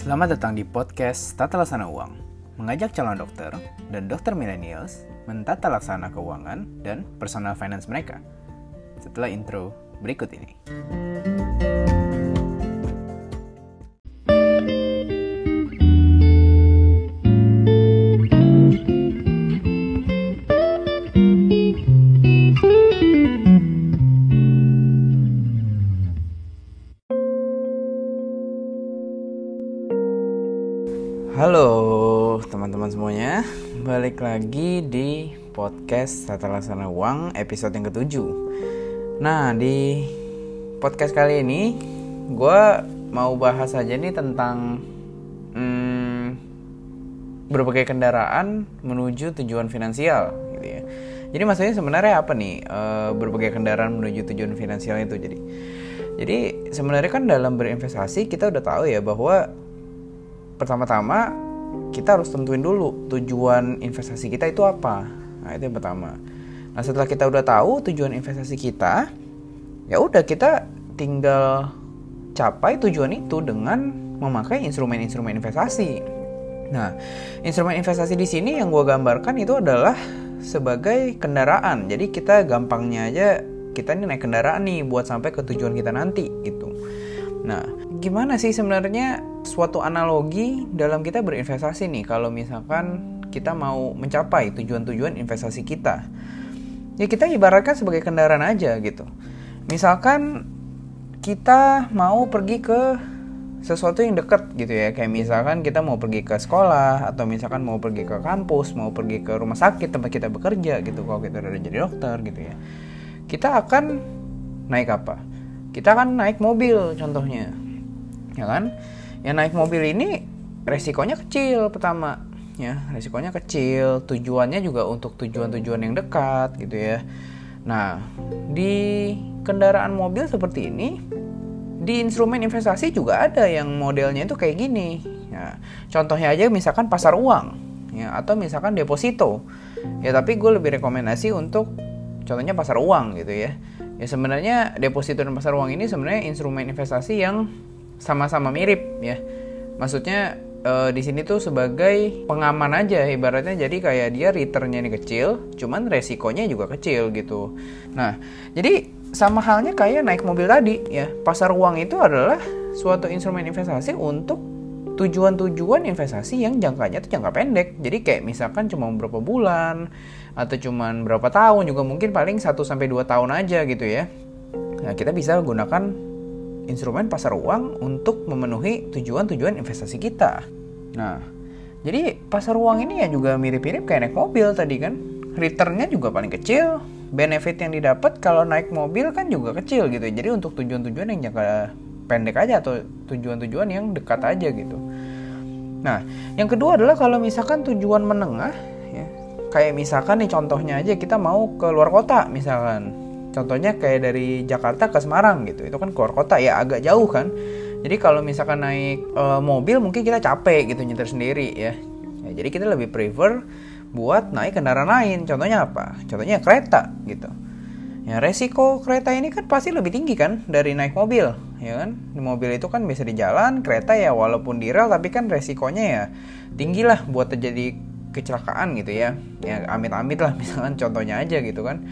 Selamat datang di podcast Tata Laksana Uang, mengajak calon dokter dan dokter millennials mentata laksana keuangan dan personal finance mereka. Setelah intro berikut ini. Halo teman-teman semuanya, balik lagi di podcast Tata Laksana Uang episode yang ke-7. Nah, di podcast kali ini gue mau bahas aja nih tentang berbagai kendaraan menuju tujuan finansial gitu ya. Jadi maksudnya sebenarnya apa nih berbagai kendaraan menuju tujuan finansial itu? Jadi sebenarnya kan dalam berinvestasi kita udah tahu ya bahwa pertama-tama kita harus tentuin dulu tujuan investasi kita itu apa. Nah, itu yang pertama. Nah, setelah kita udah tahu tujuan investasi kita, ya udah kita tinggal capai tujuan itu dengan memakai instrumen-instrumen investasi. Nah, instrumen investasi di sini yang gue gambarkan itu adalah sebagai kendaraan. Jadi kita gampangnya aja kita ini naik kendaraan nih buat sampai ke tujuan kita nanti gitu. Nah, gimana sih sebenarnya suatu analogi dalam kita berinvestasi nih kalau misalkan kita mau mencapai tujuan-tujuan investasi kita? Ya kita ibaratkan sebagai kendaraan aja gitu. Misalkan kita mau pergi ke sesuatu yang dekat gitu ya. Kayak misalkan kita mau pergi ke sekolah, atau misalkan mau pergi ke kampus, mau pergi ke rumah sakit tempat kita bekerja gitu. Kalau kita udah jadi dokter gitu ya, kita akan naik apa? Kita akan naik mobil contohnya, ya kan? Yang naik mobil ini resikonya kecil pertama, ya resikonya kecil, tujuannya juga untuk tujuan-tujuan yang dekat gitu ya. Nah, di kendaraan mobil seperti ini, di instrumen investasi juga ada yang modelnya itu kayak gini. Ya, contohnya aja misalkan pasar uang, ya atau misalkan deposito. Ya tapi gue lebih rekomendasi untuk contohnya pasar uang gitu ya. Ya sebenarnya deposito dan pasar uang ini sebenarnya instrumen investasi yang sama-sama mirip ya. Maksudnya di sini tuh sebagai pengaman aja ibaratnya, jadi kayak dia returnnya ini kecil, cuman resikonya juga kecil gitu. Nah, jadi sama halnya kayak naik mobil tadi ya. Pasar uang itu adalah suatu instrumen investasi untuk tujuan-tujuan investasi yang jangkanya tuh jangka pendek. Jadi kayak misalkan cuma beberapa bulan atau cuma berapa tahun, juga mungkin paling 1-2 tahun aja gitu ya. Nah, kita bisa gunakan instrumen pasar uang untuk memenuhi tujuan-tujuan investasi kita. Nah, jadi pasar uang ini ya juga mirip-mirip kayak naik mobil tadi kan. Returnnya juga paling kecil, benefit yang didapat kalau naik mobil kan juga kecil gitu. Jadi untuk tujuan-tujuan yang jangka pendek aja atau tujuan-tujuan yang dekat aja gitu. Nah, yang kedua adalah kalau misalkan tujuan menengah ya. Kayak misalkan nih contohnya aja kita mau ke luar kota misalkan. Contohnya kayak dari Jakarta ke Semarang gitu. Itu kan keluar kota ya, agak jauh kan. Jadi kalau misalkan naik mobil mungkin kita capek gitu nyetir sendiri ya. Jadi kita lebih prefer buat naik kendaraan lain. Contohnya apa? Contohnya kereta gitu. Ya resiko kereta ini kan pasti lebih tinggi kan dari naik mobil, ya kan? Di mobil itu kan bisa di jalan, kereta ya walaupun di rel tapi kan resikonya ya tinggi lah buat terjadi kecelakaan gitu ya. Ya amit-amit lah misalkan contohnya aja gitu kan.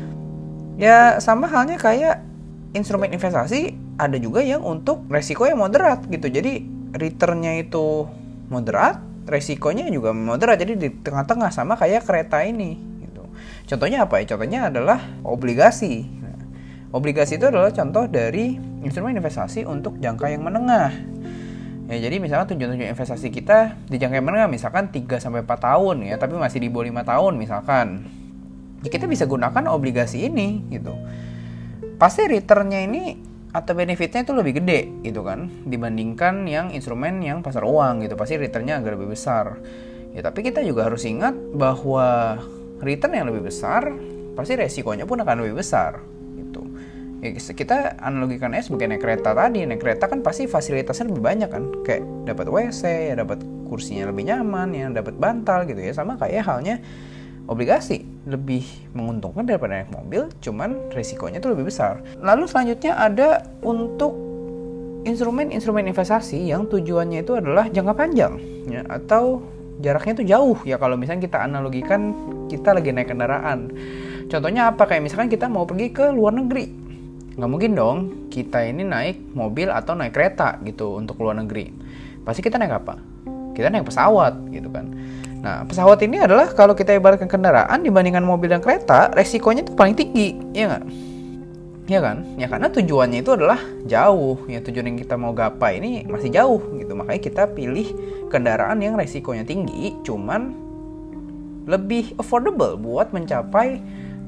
Ya sama halnya kayak instrumen investasi, ada juga yang untuk resiko yang moderat gitu. Jadi returnnya itu moderat, resikonya juga moderat. Jadi di tengah-tengah sama kayak kereta ini. Contohnya apa ya? Contohnya adalah obligasi. Nah, obligasi itu adalah contoh dari instrumen investasi untuk jangka yang menengah. Ya, jadi misalkan tujuan-tujuan investasi kita di jangka yang menengah misalkan 3-4 tahun ya, tapi masih di bawah 5 tahun misalkan. Ya, kita bisa gunakan obligasi ini gitu. Pasti returnnya ini atau benefitnya itu lebih gede gitu kan dibandingkan yang instrumen yang pasar uang gitu. Pasti returnnya agak lebih besar. Ya, tapi kita juga harus ingat bahwa return yang lebih besar, pasti resikonya pun akan lebih besar gitu. Ya, kita analogikannya sebagai naik kereta tadi. Naik kereta kan pasti fasilitasnya lebih banyak kan. Kayak dapat WC, ya dapat kursinya lebih nyaman, ya dapat bantal gitu ya. Sama kayak halnya obligasi, lebih menguntungkan daripada naik mobil, cuman resikonya tuh lebih besar. Lalu selanjutnya ada untuk instrumen investasi yang tujuannya itu adalah jangka panjang, ya, atau jaraknya itu jauh ya. Kalau misalnya kita analogikan, kita lagi naik kendaraan. Contohnya apa? Kayak misalkan kita mau pergi ke luar negeri. Nggak mungkin dong kita ini naik mobil atau naik kereta gitu untuk luar negeri. Pasti kita naik apa? Kita naik pesawat gitu kan. Nah, pesawat ini adalah kalau kita ibaratkan kendaraan dibandingkan mobil dan kereta, resikonya itu paling tinggi, ya nggak? Ya kan? Ya karena tujuannya itu adalah jauh. Ya tujuan yang kita mau gapai ini masih jauh gitu. Makanya kita pilih kendaraan yang resikonya tinggi, cuman lebih affordable buat mencapai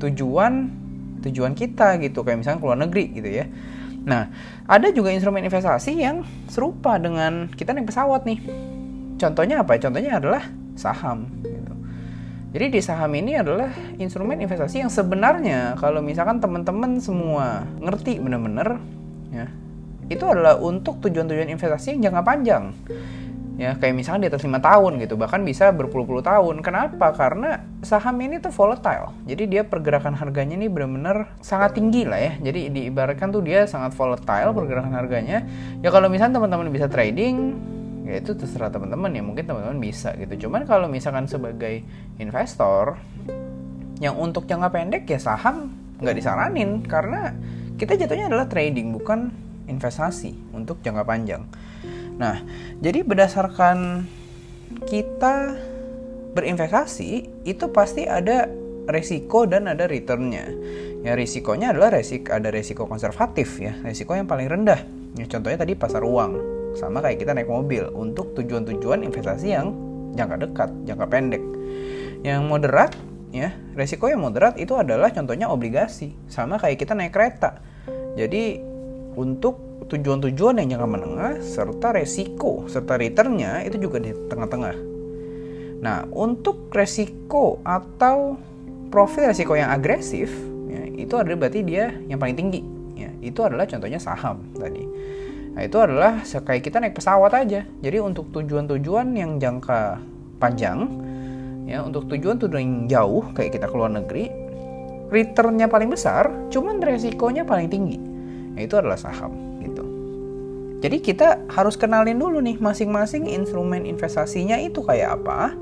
tujuan kita gitu. Kayak misalnya ke luar negeri gitu ya. Nah, ada juga instrumen investasi yang serupa dengan kita naik pesawat nih. Contohnya apa? Contohnya adalah saham gitu. Jadi di saham ini adalah instrumen investasi yang sebenarnya kalau misalkan teman-teman semua ngerti benar-benar ya, itu adalah untuk tujuan-tujuan investasi yang jangka panjang. Ya, kayak misalkan di atas 5 tahun gitu, bahkan bisa berpuluh-puluh tahun. Kenapa? Karena saham ini tuh volatile. Jadi dia pergerakan harganya ini benar-benar sangat tinggi lah ya. Jadi diibaratkan tuh dia sangat volatile pergerakan harganya. Ya kalau misalkan teman-teman bisa trading, ya itu terserah teman-teman ya, mungkin teman-teman bisa gitu. Cuman kalau misalkan sebagai investor yang untuk jangka pendek ya saham nggak disaranin, karena kita jatuhnya adalah trading bukan investasi untuk jangka panjang. Nah, jadi berdasarkan kita berinvestasi itu pasti ada resiko dan ada returnnya. Ya risikonya adalah ada resiko konservatif ya, resiko yang paling rendah. Ya, contohnya tadi pasar uang. Sama kayak kita naik mobil untuk tujuan-tujuan investasi yang jangka dekat, jangka pendek. Yang moderat, ya resiko yang moderat itu adalah contohnya obligasi. Sama kayak kita naik kereta. Jadi untuk tujuan-tujuan yang jangka menengah serta resiko serta returnnya itu juga di tengah-tengah. Nah untuk resiko atau profil resiko yang agresif, ya, itu adalah berarti dia yang paling tinggi. Ya, itu adalah contohnya saham tadi. Nah itu adalah kayak kita naik pesawat aja. Jadi untuk tujuan-tujuan yang jangka panjang, ya untuk tujuan-tujuan yang jauh kayak kita ke luar negeri, returnnya paling besar, cuman resikonya paling tinggi. Nah itu adalah saham gitu. Jadi kita harus kenalin dulu nih masing-masing instrumen investasinya itu kayak apa,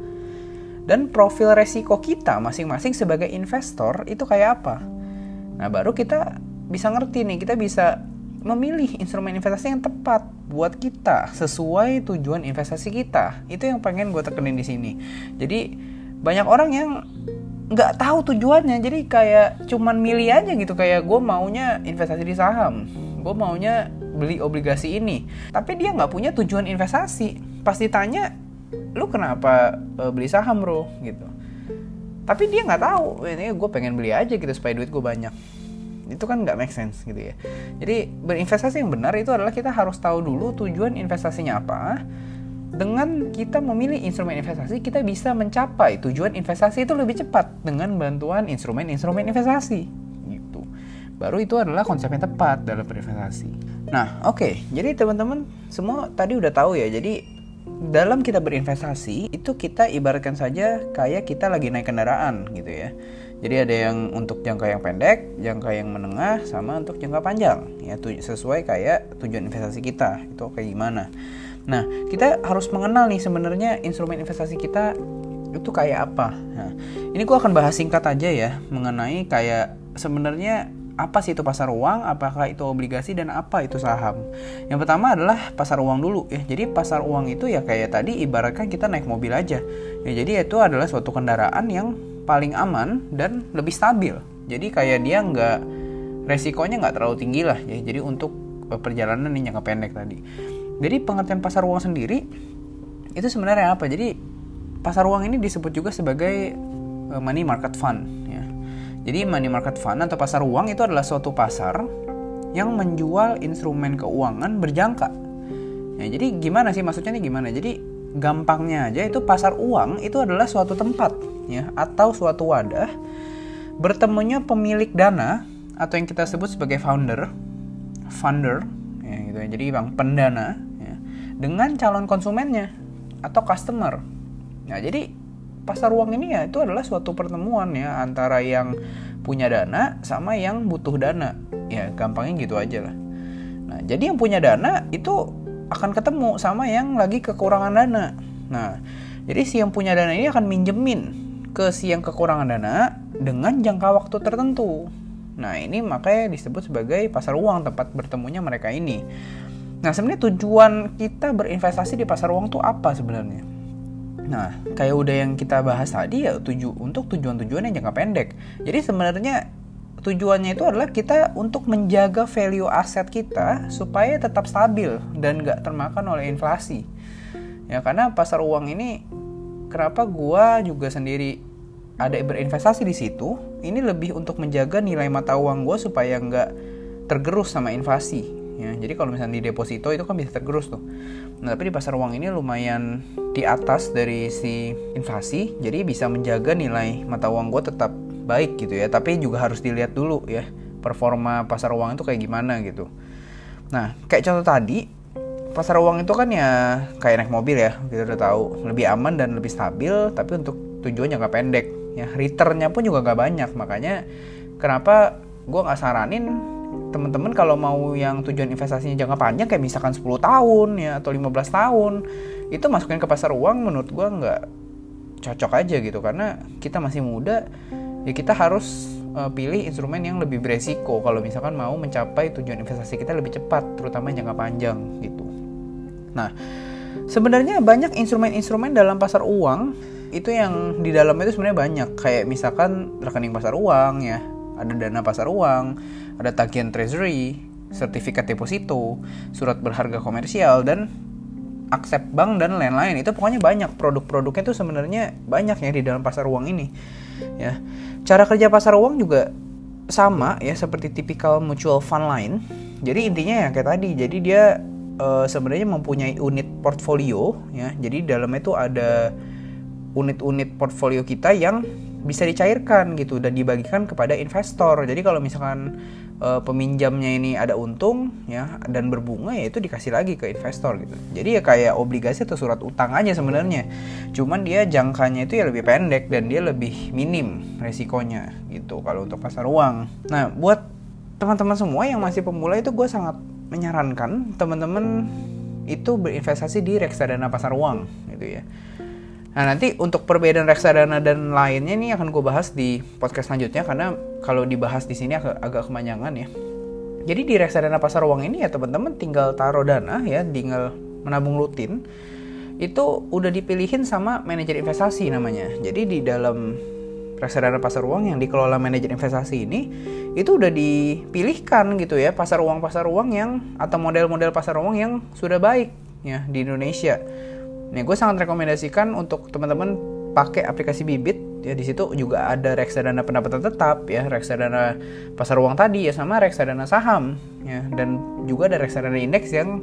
dan profil resiko kita masing-masing sebagai investor itu kayak apa. Nah baru kita bisa ngerti nih, kita bisa memilih instrumen investasi yang tepat buat kita sesuai tujuan investasi kita. Itu yang pengen gue tekenin di sini. Jadi banyak orang yang nggak tahu tujuannya, jadi kayak cuman milih aja gitu, kayak gue maunya investasi di saham, gue maunya beli obligasi ini, tapi dia nggak punya tujuan investasi. Pas ditanya, lu kenapa beli saham bro gitu, tapi dia nggak tahu, ini gue pengen beli aja gitu supaya duit gue banyak. Itu kan nggak make sense gitu ya. Jadi berinvestasi yang benar itu adalah kita harus tahu dulu tujuan investasinya apa. Dengan kita memilih instrumen investasi, kita bisa mencapai tujuan investasi itu lebih cepat dengan bantuan instrumen-instrumen investasi gitu. Baru itu adalah konsep yang tepat dalam berinvestasi. Nah oke, jadi teman-teman semua tadi udah tahu ya. Jadi dalam kita berinvestasi itu kita ibaratkan saja kayak kita lagi naik kendaraan gitu ya. Jadi ada yang untuk jangka yang pendek, jangka yang menengah, sama untuk jangka panjang. Ya sesuai kayak tujuan investasi kita itu kayak gimana. Nah kita harus mengenal nih sebenarnya instrumen investasi kita itu kayak apa. Nah ini gue akan bahas singkat aja ya mengenai kayak sebenarnya apa sih itu pasar uang, apakah itu obligasi, dan apa itu saham. Yang pertama adalah pasar uang dulu ya. Jadi pasar uang itu ya kayak tadi ibaratkan kita naik mobil aja. Ya jadi itu adalah suatu kendaraan yang paling aman dan lebih stabil. Jadi kayak dia resikonya nggak terlalu tinggi lah ya. Jadi untuk perjalanan yang jangka pendek tadi. Jadi pengertian pasar uang sendiri itu sebenarnya apa? Jadi pasar uang ini disebut juga sebagai money market fund ya. Jadi money market fund atau pasar uang itu adalah suatu pasar yang menjual instrumen keuangan berjangka. Ya, jadi gimana sih maksudnya nih gimana? Jadi gampangnya aja itu pasar uang itu adalah suatu tempat ya atau suatu wadah bertemunya pemilik dana atau yang kita sebut sebagai funder ya gitu ya. Jadi bang pendana ya, dengan calon konsumennya atau customer. Nah, jadi pasar uang ini ya itu adalah suatu pertemuan ya antara yang punya dana sama yang butuh dana. Ya, gampangnya gitu aja lah. Nah, jadi yang punya dana itu akan ketemu sama yang lagi kekurangan dana. Nah, jadi si yang punya dana ini akan minjemin ke si yang kekurangan dana dengan jangka waktu tertentu. Nah, ini makanya disebut sebagai pasar uang, tempat bertemunya mereka ini. Nah, sebenarnya tujuan kita berinvestasi di pasar uang tuh apa sebenarnya? Nah, kayak udah yang kita bahas tadi ya, untuk tujuan-tujuan yang jangka pendek. Jadi sebenarnya tujuannya itu adalah kita untuk menjaga value aset kita supaya tetap stabil dan gak termakan oleh inflasi. Ya, karena pasar uang ini, kenapa gua juga sendiri ada berinvestasi di situ, ini lebih untuk menjaga nilai mata uang gue supaya nggak tergerus sama inflasi. Ya, jadi kalau misalnya di deposito itu kan bisa tergerus tuh. Nah, tapi di pasar uang ini lumayan di atas dari si inflasi, jadi bisa menjaga nilai mata uang gue tetap baik gitu ya. Tapi juga harus dilihat dulu ya, performa pasar uang itu kayak gimana gitu. Nah, kayak contoh tadi, pasar uang itu kan ya kayak naik mobil ya, kita udah tahu, lebih aman dan lebih stabil, tapi untuk tujuan jangka pendek. Ya, returnnya pun juga gak banyak. Makanya kenapa gue gak saranin temen-temen kalau mau yang tujuan investasinya jangka panjang kayak misalkan 10 tahun ya atau 15 tahun, itu masukin ke pasar uang menurut gue gak cocok aja gitu. Karena kita masih muda, ya kita harus pilih instrumen yang lebih beresiko kalau misalkan mau mencapai tujuan investasi kita lebih cepat, terutama jangka panjang gitu. Nah, sebenarnya banyak instrumen-instrumen dalam pasar uang itu yang di dalamnya itu sebenarnya banyak, kayak misalkan rekening pasar uang ya, ada dana pasar uang, ada tagihan treasury, sertifikat deposito, surat berharga komersial, dan aksep bank dan lain-lain. Itu pokoknya banyak, produk-produknya tuh sebenarnya banyak ya di dalam pasar uang ini. Ya, cara kerja pasar uang juga sama ya seperti tipikal mutual fund lain. Jadi intinya ya kayak tadi, jadi dia sebenarnya mempunyai unit portfolio ya. Jadi dalamnya itu ada unit-unit portfolio kita yang bisa dicairkan gitu dan dibagikan kepada investor. Jadi kalau misalkan peminjamnya ini ada untung ya dan berbunga, ya itu dikasih lagi ke investor gitu. Jadi ya kayak obligasi atau surat utang aja sebenarnya. Cuman dia jangkanya itu ya lebih pendek dan dia lebih minim resikonya gitu kalau untuk pasar uang. Nah, buat teman-teman semua yang masih pemula itu gue sangat menyarankan teman-teman itu berinvestasi di reksadana pasar uang gitu ya. Nah, nanti untuk perbedaan reksadana dan lainnya nih akan gue bahas di podcast selanjutnya, karena kalau dibahas di sini agak kepanjangan ya. Jadi di reksadana pasar uang ini ya teman-teman tinggal taruh dana ya, tinggal menabung rutin. Itu udah dipilihin sama manajer investasi namanya. Jadi di dalam reksadana pasar uang yang dikelola manajer investasi ini, itu udah dipilihkan gitu ya pasar uang yang atau model-model pasar uang yang sudah baik ya di Indonesia. Nih, gue sangat rekomendasikan untuk teman-teman pakai aplikasi Bibit ya. Di situ juga ada reksadana pendapatan tetap ya, reksadana pasar uang tadi ya, sama reksadana saham ya, dan juga ada reksadana indeks yang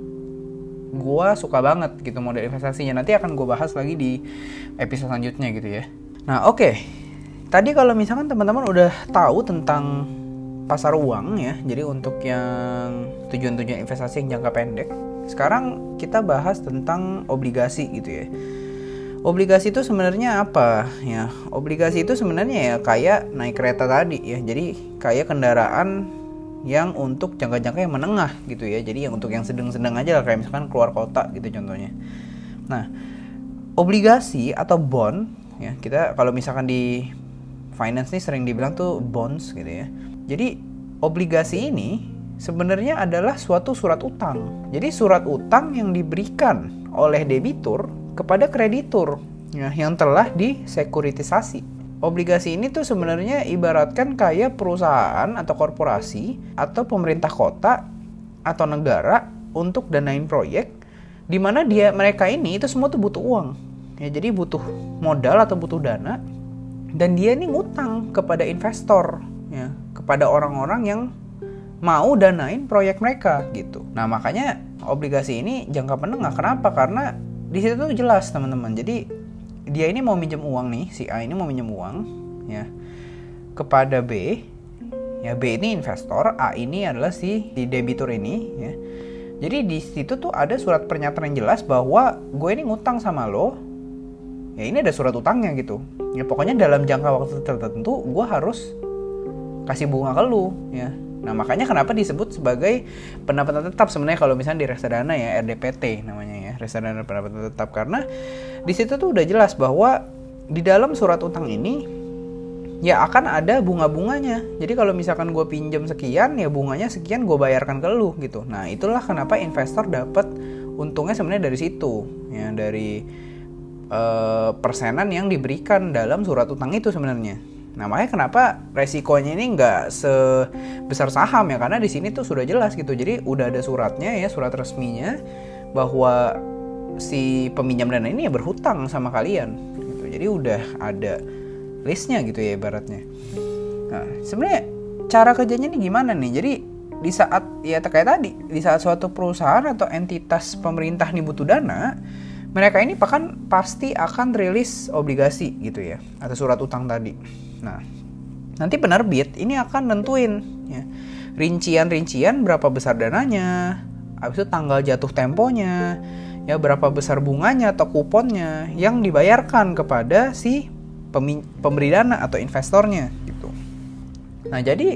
gue suka banget gitu model investasinya. Nanti akan gue bahas lagi di episode selanjutnya gitu ya. Nah, oke. Tadi kalau misalkan teman-teman udah tahu tentang pasar uang ya, jadi untuk yang tujuan-tujuan investasi yang jangka pendek, sekarang kita bahas tentang obligasi gitu ya. Obligasi itu sebenarnya apa ya? Obligasi itu sebenarnya ya kayak naik kereta tadi ya. Jadi kayak kendaraan yang untuk jangka-jangka yang menengah gitu ya. Jadi yang untuk yang sedang-sedang aja lah, kayak misalkan keluar kota gitu contohnya. Nah, obligasi atau bond ya, kita kalau misalkan di finance nih sering dibilang tuh bonds gitu ya. Jadi obligasi ini sebenarnya adalah suatu surat utang. Jadi surat utang yang diberikan oleh debitur kepada kreditur ya, yang telah disekuritisasi. Obligasi ini tuh sebenarnya ibaratkan kayak perusahaan atau korporasi atau pemerintah kota atau negara untuk danain proyek, di mana mereka ini itu semua tuh butuh uang. Ya, jadi butuh modal atau butuh dana, dan dia ini ngutang kepada investor ya, kepada orang-orang yang mau danain proyek mereka gitu. Nah, makanya obligasi ini jangka menengah. Kenapa? Karena di situ tuh jelas teman-teman. Jadi dia ini mau minjem uang nih, si A ini mau minjem uang ya kepada B. Ya, B ini investor, A ini adalah si debitur ini ya. Jadi di situ tuh ada surat pernyataan yang jelas bahwa gue ini ngutang sama lo. Ya, ini ada surat utangnya gitu. Ya, pokoknya dalam jangka waktu tertentu gue harus kasih bunga ke lu ya. Nah, makanya kenapa disebut sebagai pendapatan tetap sebenarnya kalau misalnya di reksadana ya, RDPT namanya ya, reksadana pendapatan tetap, karena di situ tuh udah jelas bahwa di dalam surat utang ini ya akan ada bunga-bunganya. Jadi kalau misalkan gue pinjam sekian, ya bunganya sekian gue bayarkan ke lu gitu. Nah, itulah kenapa investor dapat untungnya sebenarnya dari situ ya, dari persenan yang diberikan dalam surat utang itu sebenarnya. Nah, makanya kenapa resikonya ini nggak sebesar saham ya, karena di sini tuh sudah jelas gitu. Jadi udah ada suratnya ya, surat resminya bahwa si peminjam dana ini ya berhutang sama kalian gitu. Jadi udah ada listnya gitu ya ibaratnya. Nah, sebenarnya cara kerjanya ini gimana nih? Jadi di saat ya kayak tadi, di saat suatu perusahaan atau entitas pemerintah nih butuh dana, mereka ini pasti akan rilis obligasi gitu ya, atau surat utang tadi. Nah, nanti penerbit ini akan nentuin ya, rincian-rincian berapa besar dananya, habis itu tanggal jatuh temponya, ya berapa besar bunganya atau kuponnya yang dibayarkan kepada si pemberi dana atau investornya gitu. Nah, jadi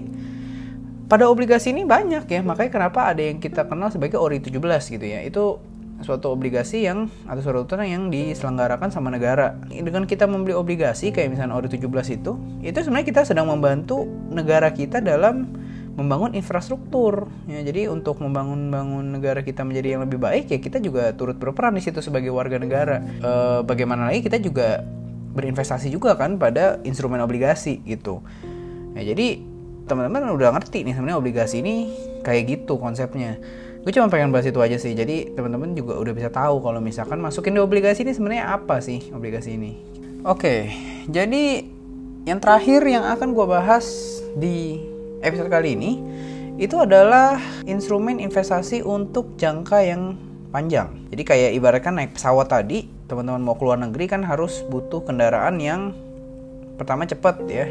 pada obligasi ini banyak ya, makanya kenapa ada yang kita kenal sebagai ORI 17 gitu ya. Itu suatu obligasi yang atau surat utang yang diselenggarakan sama negara. Dengan kita membeli obligasi kayak misalnya ORI 17 itu sebenarnya kita sedang membantu negara kita dalam membangun infrastruktur ya. Jadi untuk membangun negara kita menjadi yang lebih baik ya, kita juga turut berperan di situ sebagai warga negara. Bagaimana lagi kita juga berinvestasi juga kan pada instrumen obligasi gitu. Ya, jadi teman-teman udah ngerti nih sebenarnya obligasi ini kayak gitu konsepnya. Gue cuma pengen bahas itu aja sih. Jadi teman-teman juga udah bisa tahu kalau misalkan masukin di obligasi ini sebenarnya apa sih obligasi ini. Oke, jadi yang terakhir yang akan gue bahas di episode kali ini itu adalah instrumen investasi untuk jangka yang panjang. Jadi kayak ibaratkan naik pesawat tadi, teman-teman mau keluar negeri kan harus butuh kendaraan yang pertama cepat ya.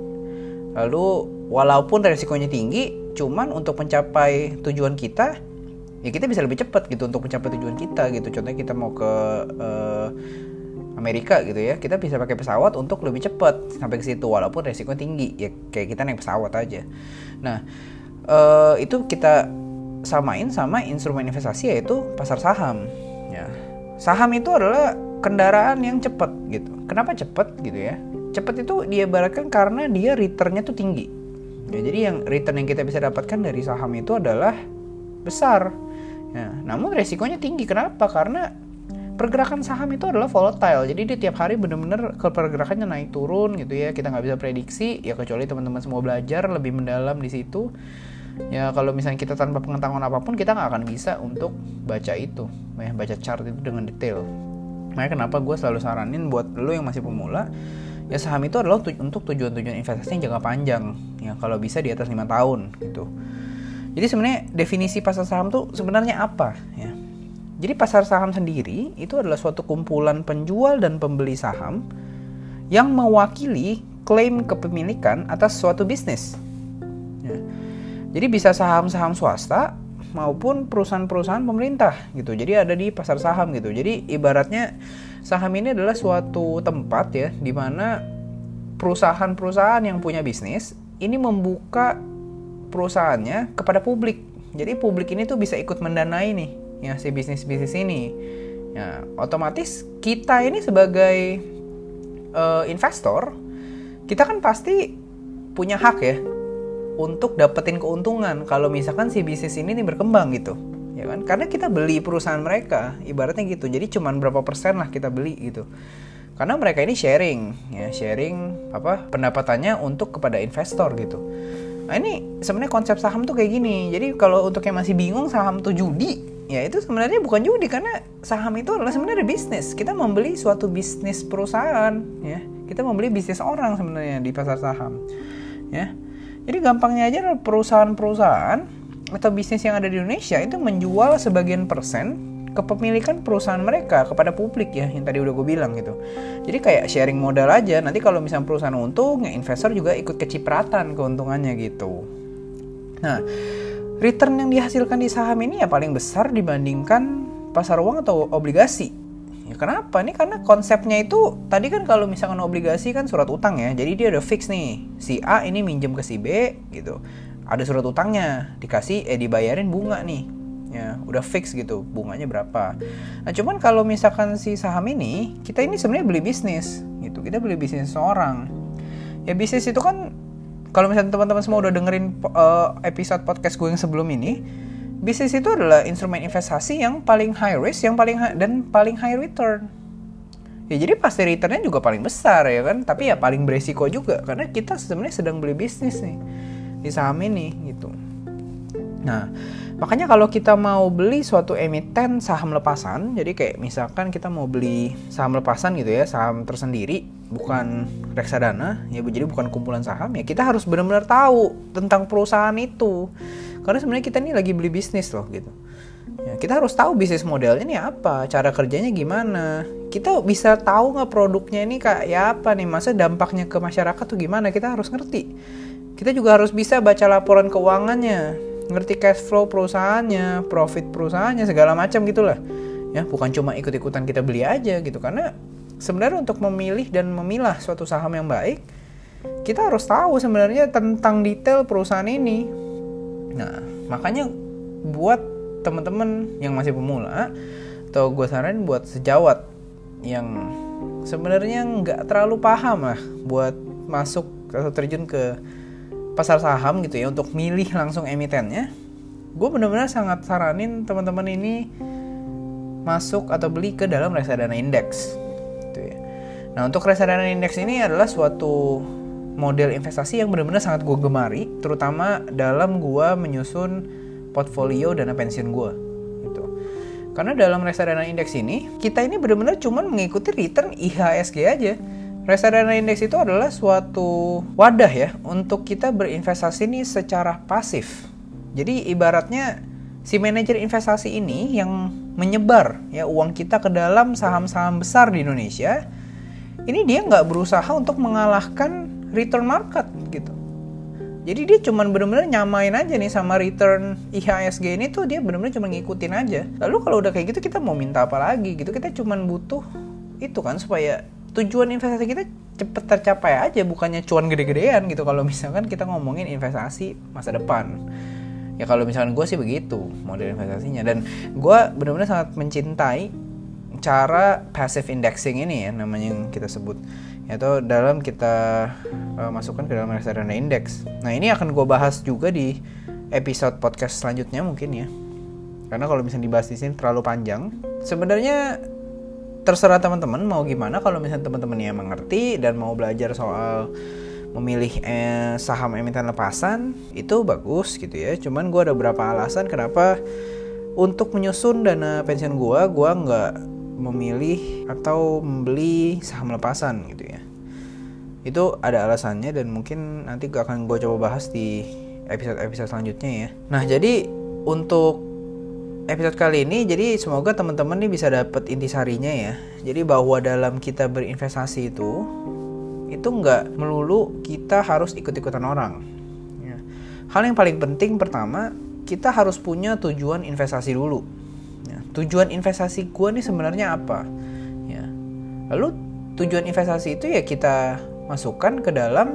Lalu walaupun resikonya tinggi, cuman untuk mencapai tujuan kita ya kita bisa lebih cepat gitu untuk mencapai tujuan kita gitu. Contohnya kita mau ke Amerika gitu ya, kita bisa pakai pesawat untuk lebih cepat sampai ke situ walaupun resiko tinggi ya, kayak kita naik pesawat aja. Nah, itu kita samain sama instrumen investasi yaitu pasar saham ya. Saham itu adalah kendaraan yang cepat gitu. Kenapa cepat gitu ya? Cepat itu diibaratkan karena dia returnnya tuh tinggi ya. Jadi yang return yang kita bisa dapatkan dari saham itu adalah besar ya, namun resikonya tinggi. Kenapa? Karena pergerakan saham itu adalah volatile. Jadi dia tiap hari benar-benar pergerakannya naik turun gitu ya. Kita nggak bisa prediksi ya, kecuali teman-teman semua belajar lebih mendalam di situ. Ya kalau misalnya kita tanpa pengetahuan apapun, kita nggak akan bisa untuk baca itu, ya, baca chart itu dengan detail. Makanya kenapa gue selalu saranin buat lo yang masih pemula, ya saham itu adalah untuk tujuan-tujuan investasi yang jangka panjang. Ya kalau bisa di atas 5 tahun gitu. Jadi sebenarnya definisi pasar saham tuh sebenarnya apa ya? Jadi pasar saham sendiri itu adalah suatu kumpulan penjual dan pembeli saham yang mewakili klaim kepemilikan atas suatu bisnis. Ya. Jadi bisa saham-saham swasta maupun perusahaan-perusahaan pemerintah gitu. Jadi ada di pasar saham gitu. Jadi ibaratnya saham ini adalah suatu tempat ya, di mana perusahaan-perusahaan yang punya bisnis ini membuka perusahaannya kepada publik. Jadi publik ini tuh bisa ikut mendanai nih ya si bisnis-bisnis ini. Ya, otomatis kita ini sebagai investor, kita kan pasti punya hak ya untuk dapetin keuntungan kalau misalkan si bisnis ini nih berkembang gitu. Ya kan? Karena kita beli perusahaan mereka, ibaratnya gitu. Jadi cuman berapa persen lah kita beli gitu. Karena mereka ini sharing pendapatannya untuk kepada investor gitu. Nah ini sebenarnya konsep saham tuh kayak gini. Jadi kalau untuk yang masih bingung saham tuh judi, ya itu sebenarnya bukan judi, karena saham itu adalah sebenarnya bisnis. Kita membeli suatu bisnis perusahaan, ya. Kita membeli bisnis orang sebenarnya di pasar saham, ya. Jadi gampangnya aja perusahaan-perusahaan atau bisnis yang ada di Indonesia itu menjual sebagian persen kepemilikan perusahaan mereka kepada publik ya, yang tadi udah gue bilang gitu. Jadi kayak sharing modal aja. Nanti kalau misalnya perusahaan untung, ya investor juga ikut kecipratan keuntungannya gitu. Nah, return yang dihasilkan di saham ini ya paling besar dibandingkan pasar uang atau obligasi. Ya kenapa? Ini karena konsepnya itu tadi kan kalau misalkan obligasi kan surat utang ya. Jadi dia udah fix nih. Si A ini minjem ke si B gitu. ada surat utangnya, dibayarin bunga nih. Ya, udah fix gitu bunganya berapa. Nah, cuman kalau misalkan si saham ini, kita ini sebenarnya beli bisnis gitu. Kita beli bisnis seseorang. Ya bisnis itu kan, kalau misalnya teman-teman semua udah dengerin episode podcast gue yang sebelum ini, bisnis itu adalah instrumen investasi yang paling high risk, dan paling high return. Ya jadi pasti returnnya juga paling besar ya kan, tapi ya paling beresiko juga karena kita sebenarnya sedang beli bisnis nih di saham ini gitu. Nah, makanya kalau kita mau beli suatu emiten saham lepasan, jadi kayak misalkan kita mau beli saham lepasan gitu ya, saham tersendiri, bukan reksadana, ya jadi bukan kumpulan saham, ya kita harus benar-benar tahu tentang perusahaan itu. Karena sebenarnya kita ini lagi beli bisnis loh gitu. Ya, kita harus tahu bisnis modelnya ini apa, cara kerjanya gimana. Kita bisa tahu nggak produknya ini kayak apa nih, masa dampaknya ke masyarakat tuh gimana, kita harus ngerti. Kita juga harus bisa baca laporan keuangannya, ngerti cash flow perusahaannya, profit perusahaannya, segala macam gitulah. Ya, bukan cuma ikut-ikutan kita beli aja gitu. Karena sebenarnya untuk memilih dan memilah suatu saham yang baik, kita harus tahu sebenarnya tentang detail perusahaan ini. Nah, makanya buat teman-teman yang masih pemula, atau gue saranin buat sejawat yang sebenarnya nggak terlalu paham lah buat masuk atau terjun ke pasar saham gitu ya, untuk milih langsung emitennya, gue benar-benar sangat saranin teman-teman ini masuk atau beli ke dalam reksadana indeks gitu ya. Nah, untuk reksadana indeks ini adalah suatu model investasi yang benar-benar sangat gue gemari, terutama dalam gue menyusun portfolio dana pensiun gue gitu. Karena dalam reksadana indeks ini, kita ini benar-benar cuma mengikuti return IHSG aja. Reksadana indeks itu adalah suatu wadah ya untuk kita berinvestasi ini secara pasif. Jadi ibaratnya si manajer investasi ini yang menyebar ya uang kita ke dalam saham-saham besar di Indonesia, ini dia nggak berusaha untuk mengalahkan return market gitu. Jadi dia cuman benar-benar nyamain aja nih sama return IHSG ini tuh, dia benar-benar cuma ngikutin aja. Lalu kalau udah kayak gitu kita mau minta apa lagi gitu? Kita cuman butuh itu kan supaya tujuan investasi kita cepet tercapai aja, bukannya cuan gede-gedean gitu kalau misalkan kita ngomongin investasi masa depan. Ya kalau misalkan gue sih begitu model investasinya, dan gue benar-benar sangat mencintai cara passive indexing ini ya namanya yang kita sebut, yaitu dalam kita masukkan ke dalam reksadana indeks. Nah, ini akan gue bahas juga di episode podcast selanjutnya mungkin ya, karena kalau misalnya dibahas di sini terlalu panjang. Sebenarnya terserah teman-teman mau gimana. Kalau misalnya teman-teman yang mengerti dan mau belajar soal memilih saham emiten lepasan, itu bagus gitu ya. Cuman gue ada beberapa alasan kenapa untuk menyusun dana pensiun gue nggak memilih atau membeli saham lepasan gitu ya. Itu ada alasannya dan mungkin nanti akan gue coba bahas di episode-episode selanjutnya ya. Nah, jadi untuk episode kali ini, jadi semoga teman-teman nih bisa dapat intisarinya ya. Jadi bahwa dalam kita berinvestasi itu nggak melulu kita harus ikut-ikutan orang ya. Hal yang paling penting pertama, kita harus punya tujuan investasi dulu ya. Tujuan investasi gue nih sebenarnya apa ya. Lalu tujuan investasi itu ya kita masukkan ke dalam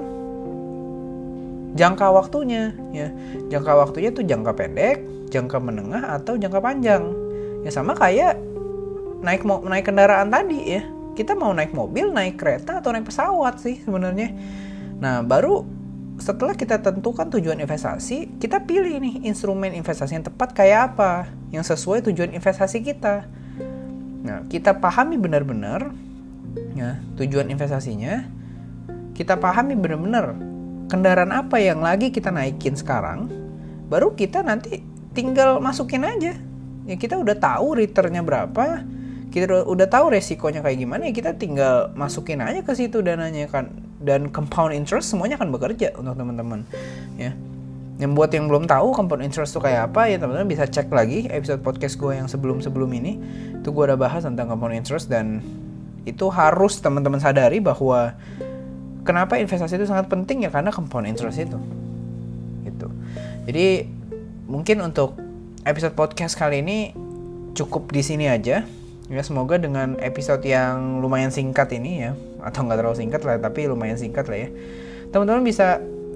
jangka waktunya ya. Jangka waktunya tuh jangka pendek, jangka menengah, atau jangka panjang. Ya sama kayak naik kendaraan tadi ya. Kita mau naik mobil, naik kereta, atau naik pesawat sih sebenarnya. Nah, baru setelah kita tentukan tujuan investasi, kita pilih nih instrumen investasi yang tepat kayak apa, yang sesuai tujuan investasi kita. Nah, kita pahami benar-benar ya tujuan investasinya. Kita pahami benar-benar kendaraan apa yang lagi kita naikin sekarang, baru kita nanti tinggal masukin aja. Ya kita udah tahu returnnya berapa, kita udah tahu resikonya kayak gimana, ya kita tinggal masukin aja ke situ dananya kan. Dan compound interest semuanya akan bekerja untuk teman-teman ya. Yang buat yang belum tahu compound interest itu kayak apa, ya teman-teman bisa cek lagi episode podcast gue yang sebelum ini. Itu gue udah bahas tentang compound interest, dan itu harus teman-teman sadari bahwa kenapa investasi itu sangat penting ya, karena compound interest itu gitu. Jadi mungkin untuk episode podcast kali ini cukup di sini aja ya. Semoga dengan episode yang lumayan singkat ini ya, atau nggak terlalu singkat lah, tapi lumayan singkat lah ya, teman-teman bisa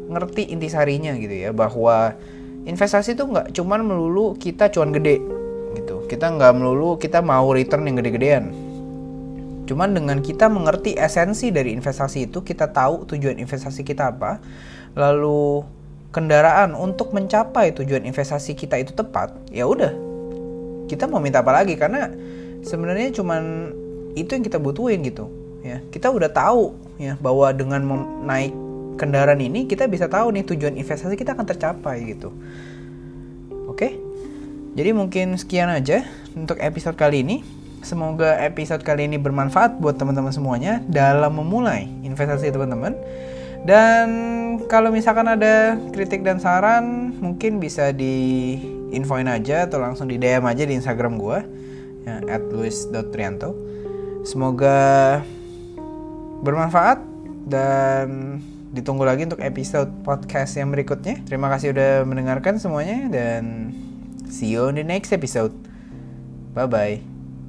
ngerti intisarinya gitu ya, bahwa investasi tuh nggak cuman melulu kita cuan gede gitu. Kita nggak melulu kita mau return yang gede-gedean. Cuman dengan kita mengerti esensi dari investasi itu, kita tahu tujuan investasi kita apa, lalu kendaraan untuk mencapai tujuan investasi kita itu tepat, ya udah, kita mau minta apa lagi? Karena sebenarnya cuman itu yang kita butuhin gitu ya. Kita udah tahu ya bahwa dengan naik kendaraan ini kita bisa tahu nih tujuan investasi kita akan tercapai gitu. Oke? Jadi mungkin sekian aja untuk episode kali ini. Semoga episode kali ini bermanfaat buat teman-teman semuanya dalam memulai investasi teman-teman. Dan kalau misalkan ada kritik dan saran, mungkin bisa di-infoin aja atau langsung di DM aja di Instagram gue ya, @luis.trianto. Semoga bermanfaat dan ditunggu lagi untuk episode podcast yang berikutnya. Terima kasih udah mendengarkan semuanya dan see you on the next episode. Bye-bye.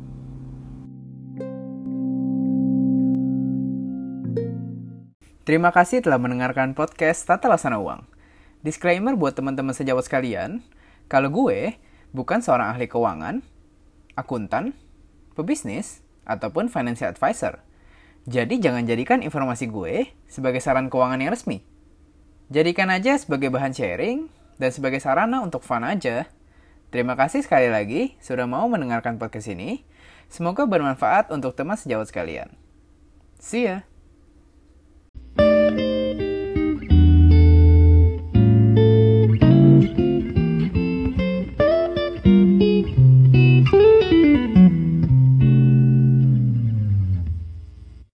Terima kasih telah mendengarkan podcast Tata Laksana Uang. Disclaimer buat teman-teman sejawat sekalian, kalau gue bukan seorang ahli keuangan, akuntan, pebisnis, ataupun financial advisor. Jadi jangan jadikan informasi gue sebagai saran keuangan yang resmi. Jadikan aja sebagai bahan sharing dan sebagai sarana untuk fun aja. Terima kasih sekali lagi sudah mau mendengarkan podcast ini. Semoga bermanfaat untuk teman sejawat sekalian. See ya!